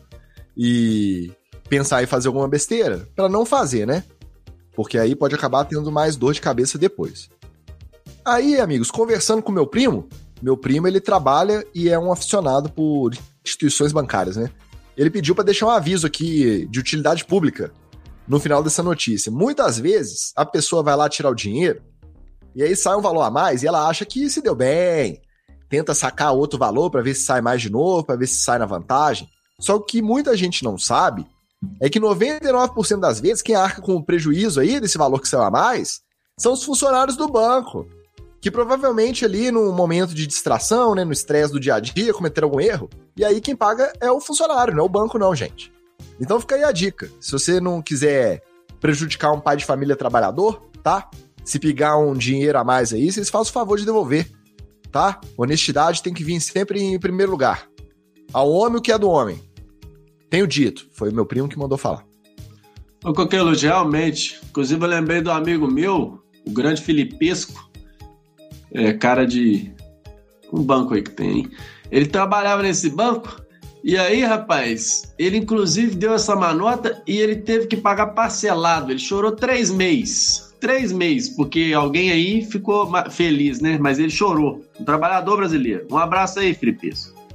e pensar em fazer alguma besteira, pra não fazer, né? Porque aí pode acabar tendo mais dor de cabeça depois. Aí, amigos, conversando com meu primo, meu primo ele trabalha e é um aficionado por instituições bancárias, né? Ele pediu para deixar um aviso aqui de utilidade pública no final dessa notícia. Muitas vezes a pessoa vai lá tirar o dinheiro e aí sai um valor a mais e ela acha que se deu bem, tenta sacar outro valor para ver se sai mais de novo, para ver se sai na vantagem. Só que o que muita gente não sabe é que noventa e nove por cento das vezes quem arca com o prejuízo aí desse valor que saiu a mais são os funcionários do banco, que provavelmente ali no momento de distração, né, no estresse do dia a dia, cometeram algum erro, e aí quem paga é o funcionário, não é o banco não, gente. Então fica aí a dica, se você não quiser prejudicar um pai de família trabalhador, tá? Se pegar um dinheiro a mais aí, vocês fazem o favor de devolver, tá? Honestidade tem que vir sempre em primeiro lugar. Ao homem o que é do homem. Tenho dito, foi o meu primo que mandou falar. Ô Coqueluche, realmente, inclusive eu lembrei do amigo meu, o grande Filipesco, é, cara de um banco aí que tem, hein? Ele trabalhava nesse banco e aí, rapaz, ele inclusive deu essa manota e ele teve que pagar parcelado. Ele chorou três meses. Três meses, porque alguém aí ficou feliz, né? Mas ele chorou. Um trabalhador brasileiro. Um abraço aí, Felipe.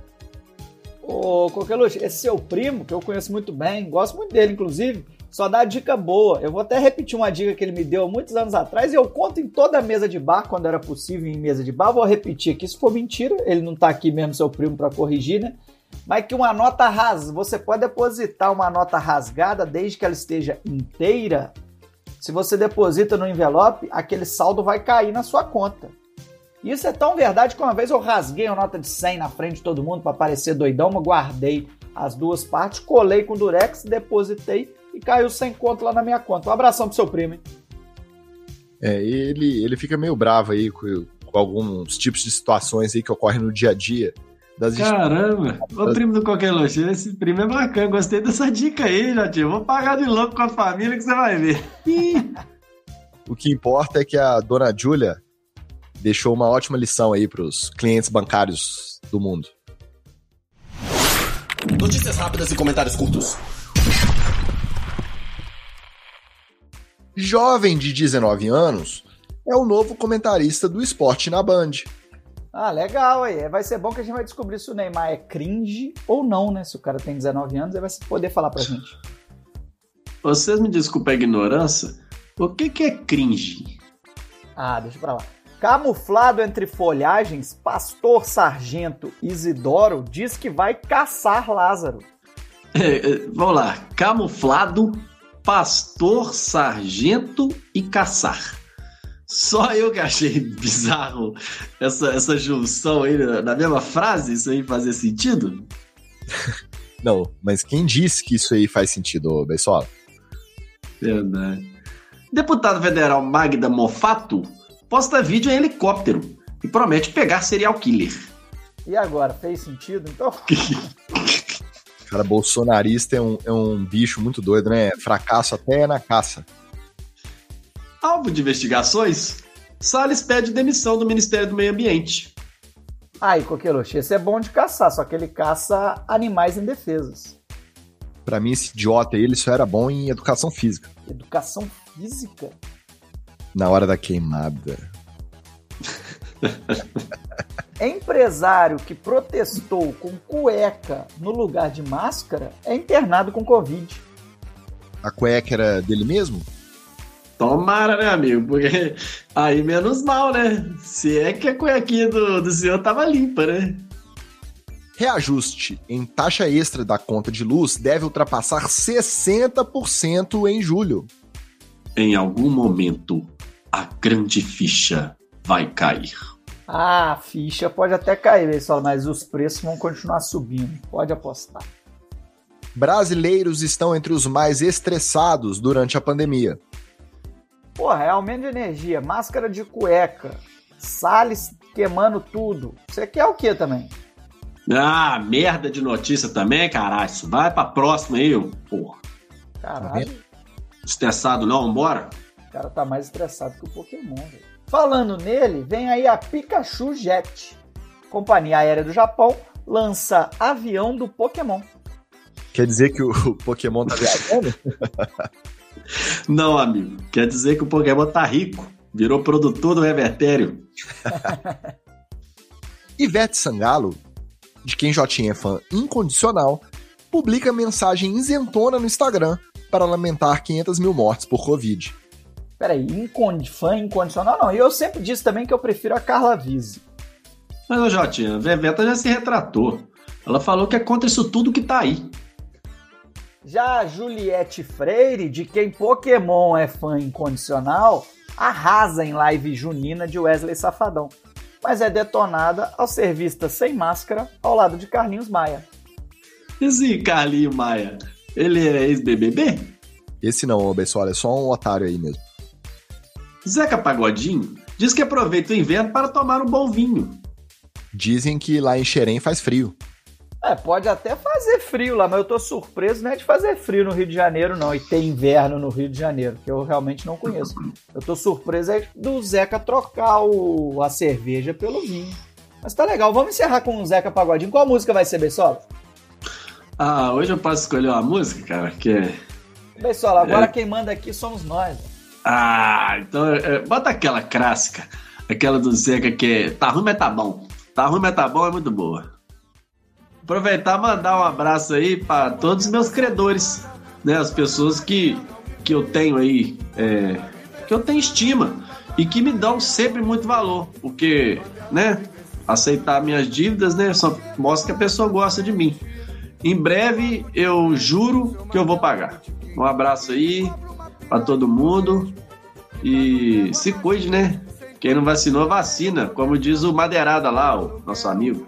Ô, Coqueluche, esse seu primo, que eu conheço muito bem, gosto muito dele, inclusive, só dá dica boa. Eu vou até repetir uma dica que ele me deu muitos anos atrás e eu conto em toda a mesa de bar, quando era possível em mesa de bar. Vou repetir aqui, se for mentira, ele não tá aqui mesmo, seu primo, pra corrigir, né? Mas que uma nota rasgada, você pode depositar uma nota rasgada desde que ela esteja inteira. Se você deposita no envelope, aquele saldo vai cair na sua conta. Isso é tão verdade que uma vez eu rasguei a nota de cem na frente de todo mundo para parecer doidão, mas guardei as duas partes, colei com durex, depositei e caiu sem conto lá na minha conta. Um abração pro seu primo, hein? É, ele, ele fica meio bravo aí com, com alguns tipos de situações aí que ocorrem no dia a dia. Das Caramba! Est... O primo do Coqueluche, esse primo é bacana, gostei dessa dica aí, Jotinho. Vou pagar de louco com a família que você vai ver. O que importa é que a dona Júlia deixou uma ótima lição aí pros clientes bancários do mundo. Notícias rápidas e comentários curtos. Jovem de dezenove anos é o novo comentarista do esporte na Band. Ah, legal aí. Vai ser bom que a gente vai descobrir se o Neymar é cringe ou não, né? Se o cara tem dezenove anos, ele vai poder falar pra gente. Vocês me desculpem a ignorância. O que que é cringe? Ah, deixa pra lá. Camuflado entre folhagens, pastor sargento Isidoro diz que vai caçar Lázaro. É, é, vamos lá. Camuflado, pastor sargento e caçar. Só eu que achei bizarro essa, essa junção aí na mesma frase, isso aí fazia sentido? Não, mas quem disse que isso aí faz sentido, Beisola? Verdade. Deputada federal Magda Mofato posta vídeo em helicóptero, e promete pegar serial killer. E agora, fez sentido, então? Cara, bolsonarista é um, é um bicho muito doido, né? Fracasso até na caça. Alvo de investigações, Salles pede demissão do Ministério do Meio Ambiente. Aí, Coqueluche, esse é bom de caçar, só que ele caça animais indefesos. Pra mim, esse idiota aí, ele só era bom em educação física. Educação física? Na hora da queimada. Empresário que protestou com cueca no lugar de máscara é internado com Covid. A cueca era dele mesmo? Tomara, né, amigo? Porque aí menos mal, né? Se é que a cuequinha do, do senhor tava limpa, né? Reajuste em taxa extra da conta de luz deve ultrapassar sessenta por cento em julho. Em algum momento, a grande ficha vai cair. Ah, a ficha pode até cair, pessoal, mas os preços vão continuar subindo. Pode apostar. Brasileiros estão entre os mais estressados durante a pandemia. Porra, é aumento de energia, máscara de cueca, Salles queimando tudo. Você quer o quê também? Ah, merda de notícia também, caralho. Isso vai pra próxima aí, porra. Caralho. Estressado não, vambora? O cara tá mais estressado que o Pokémon, velho. Falando nele, vem aí a Pikachu Jet. Companhia aérea do Japão lança avião do Pokémon. Quer dizer que o Pokémon tá viajando? Não, amigo. Quer dizer que o Pokémon tá rico. Virou produtor do Revertério. Ivete Sangalo, de quem já tinha fã incondicional, publica mensagem isentona no Instagram para lamentar quinhentas mil mortes por Covid. Peraí, incond... fã incondicional não. E eu sempre disse também que eu prefiro a Carla Vise. Mas, ô Jotinha, a Veveta já se retratou. Ela falou que é contra isso tudo que tá aí. Já a Juliette Freire, de quem Pokémon é fã incondicional, arrasa em live junina de Wesley Safadão, mas é detonada ao ser vista sem máscara ao lado de Carlinhos Maia. Esse Carlinhos Maia, ele é ex-B B B? Esse não, ô pessoal, é só um otário aí mesmo. Zeca Pagodinho diz que aproveita o inverno para tomar um bom vinho. Dizem que lá em Xerém faz frio. É, pode até fazer frio lá, mas eu tô surpreso não é de fazer frio no Rio de Janeiro não, e ter inverno no Rio de Janeiro, que eu realmente não conheço. Eu tô surpreso é do Zeca trocar o, a cerveja pelo vinho. Mas tá legal, vamos encerrar com o Zeca Pagodinho. Qual música vai ser, Beissola? Ah, hoje eu posso escolher uma música, cara, que é... Beissola, agora é... quem manda aqui somos nós. Ah, então é, bota aquela clássica, aquela do Zeca que é tá ruim, mas tá bom. Tá ruim, mas tá bom, é muito boa. Aproveitar e mandar um abraço aí para todos os meus credores, né? As pessoas que, que eu tenho aí, é, que eu tenho estima e que me dão sempre muito valor, porque, né? Aceitar minhas dívidas, né? Só mostra que a pessoa gosta de mim. Em breve, eu juro que eu vou pagar. Um abraço aí para todo mundo e se cuide, né? Quem não vacinou, vacina, como diz o Madeirada lá, o nosso amigo.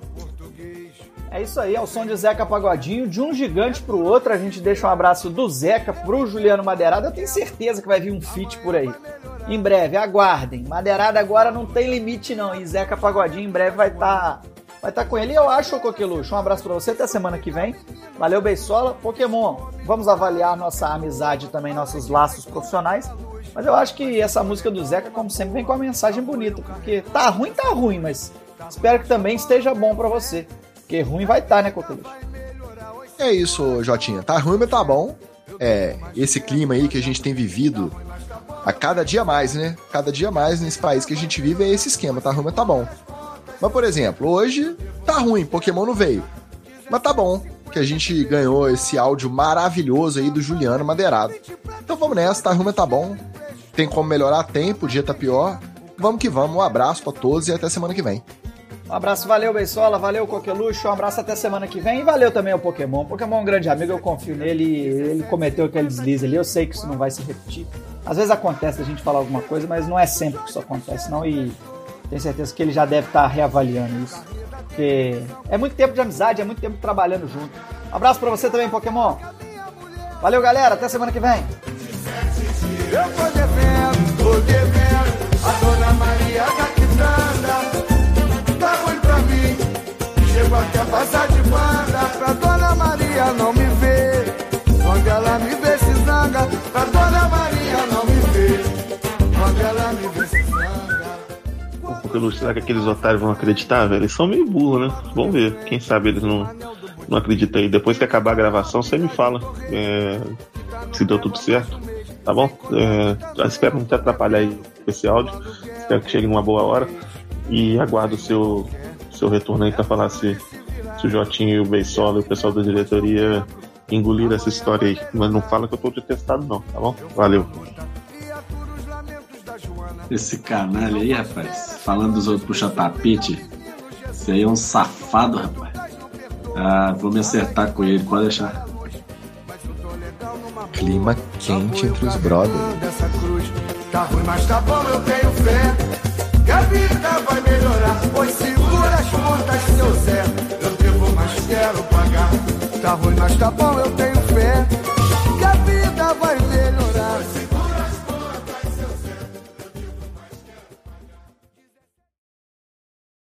É isso aí, é o som de Zeca Pagodinho, de um gigante pro outro. A gente deixa um abraço do Zeca pro Juliano Madeirada. Eu tenho certeza que vai vir um feat por aí. Em breve, aguardem. Madeirada agora não tem limite não, e Zeca Pagodinho em breve vai estar tá, vai tá com ele. Eu acho, Coqueluche, um abraço pra você, até semana que vem. Valeu, Beissola. Pokémon, vamos avaliar nossa amizade também, nossos laços profissionais. Mas eu acho que essa música do Zeca, como sempre, vem com uma mensagem bonita, porque tá ruim, tá ruim, mas espero que também esteja bom pra você. Porque ruim vai estar, tá, né, Coqueluche? É isso, Jotinha. Tá ruim, mas tá bom. É, esse clima aí que a gente tem vivido a cada dia mais, né? Cada dia mais nesse país que a gente vive é esse esquema. Tá ruim, mas tá bom. Mas, por exemplo, hoje tá ruim, Pokémon não veio. Mas tá bom, que a gente ganhou esse áudio maravilhoso aí do Juliano Madeirado. Então vamos nessa, tá ruim, mas tá bom. Tem como melhorar, tem, podia tá pior. Vamos que vamos, um abraço pra todos e até semana que vem. Um abraço, valeu, Beissola, valeu, Coqueluche, um abraço até semana que vem e valeu também ao Pokémon. O Pokémon é um grande amigo, eu confio nele, ele cometeu aquele deslize ali, eu sei que isso não vai se repetir. Às vezes acontece a gente falar alguma coisa, mas não é sempre que isso acontece, não, e tenho certeza que ele já deve estar reavaliando isso. Porque é muito tempo de amizade, é muito tempo trabalhando junto. Um abraço pra você também, Pokémon. Valeu, galera, até semana que vem. Eu tô devendo, tô devendo a Dona Maria da Quitanda. passa de banda pra Dona Maria não me ver. Quando ela me vê se zanga, pra Dona Maria não me ver. Quando ela me vê se zanga. Coqueluche, será que aqueles otários vão acreditar, velho? Eles são meio burros, né? Vamos ver. Quem sabe eles não, não acreditam aí. Depois que acabar a gravação, você me fala é, se deu tudo certo, tá bom? É, espero não te atrapalhar aí esse áudio. Espero que chegue numa boa hora. E aguardo o seu, seu retorno aí pra falar se, se o Jotinho e o Beisola e o pessoal da diretoria engoliram essa história aí. Mas não fala que eu tô de testado não, tá bom? Valeu. Esse canalha aí, rapaz, falando dos outros puxa-tapete, esse aí é um safado, rapaz. Ah, vou me acertar com ele, pode deixar. Clima quente entre os brothers. Tá ruim, mas tá bom, eu tenho fé que a vida vai melhorar. Pois segura as contas, seu Zé, eu devo, mas quero pagar. Tá ruim, mas tá bom, eu tenho fé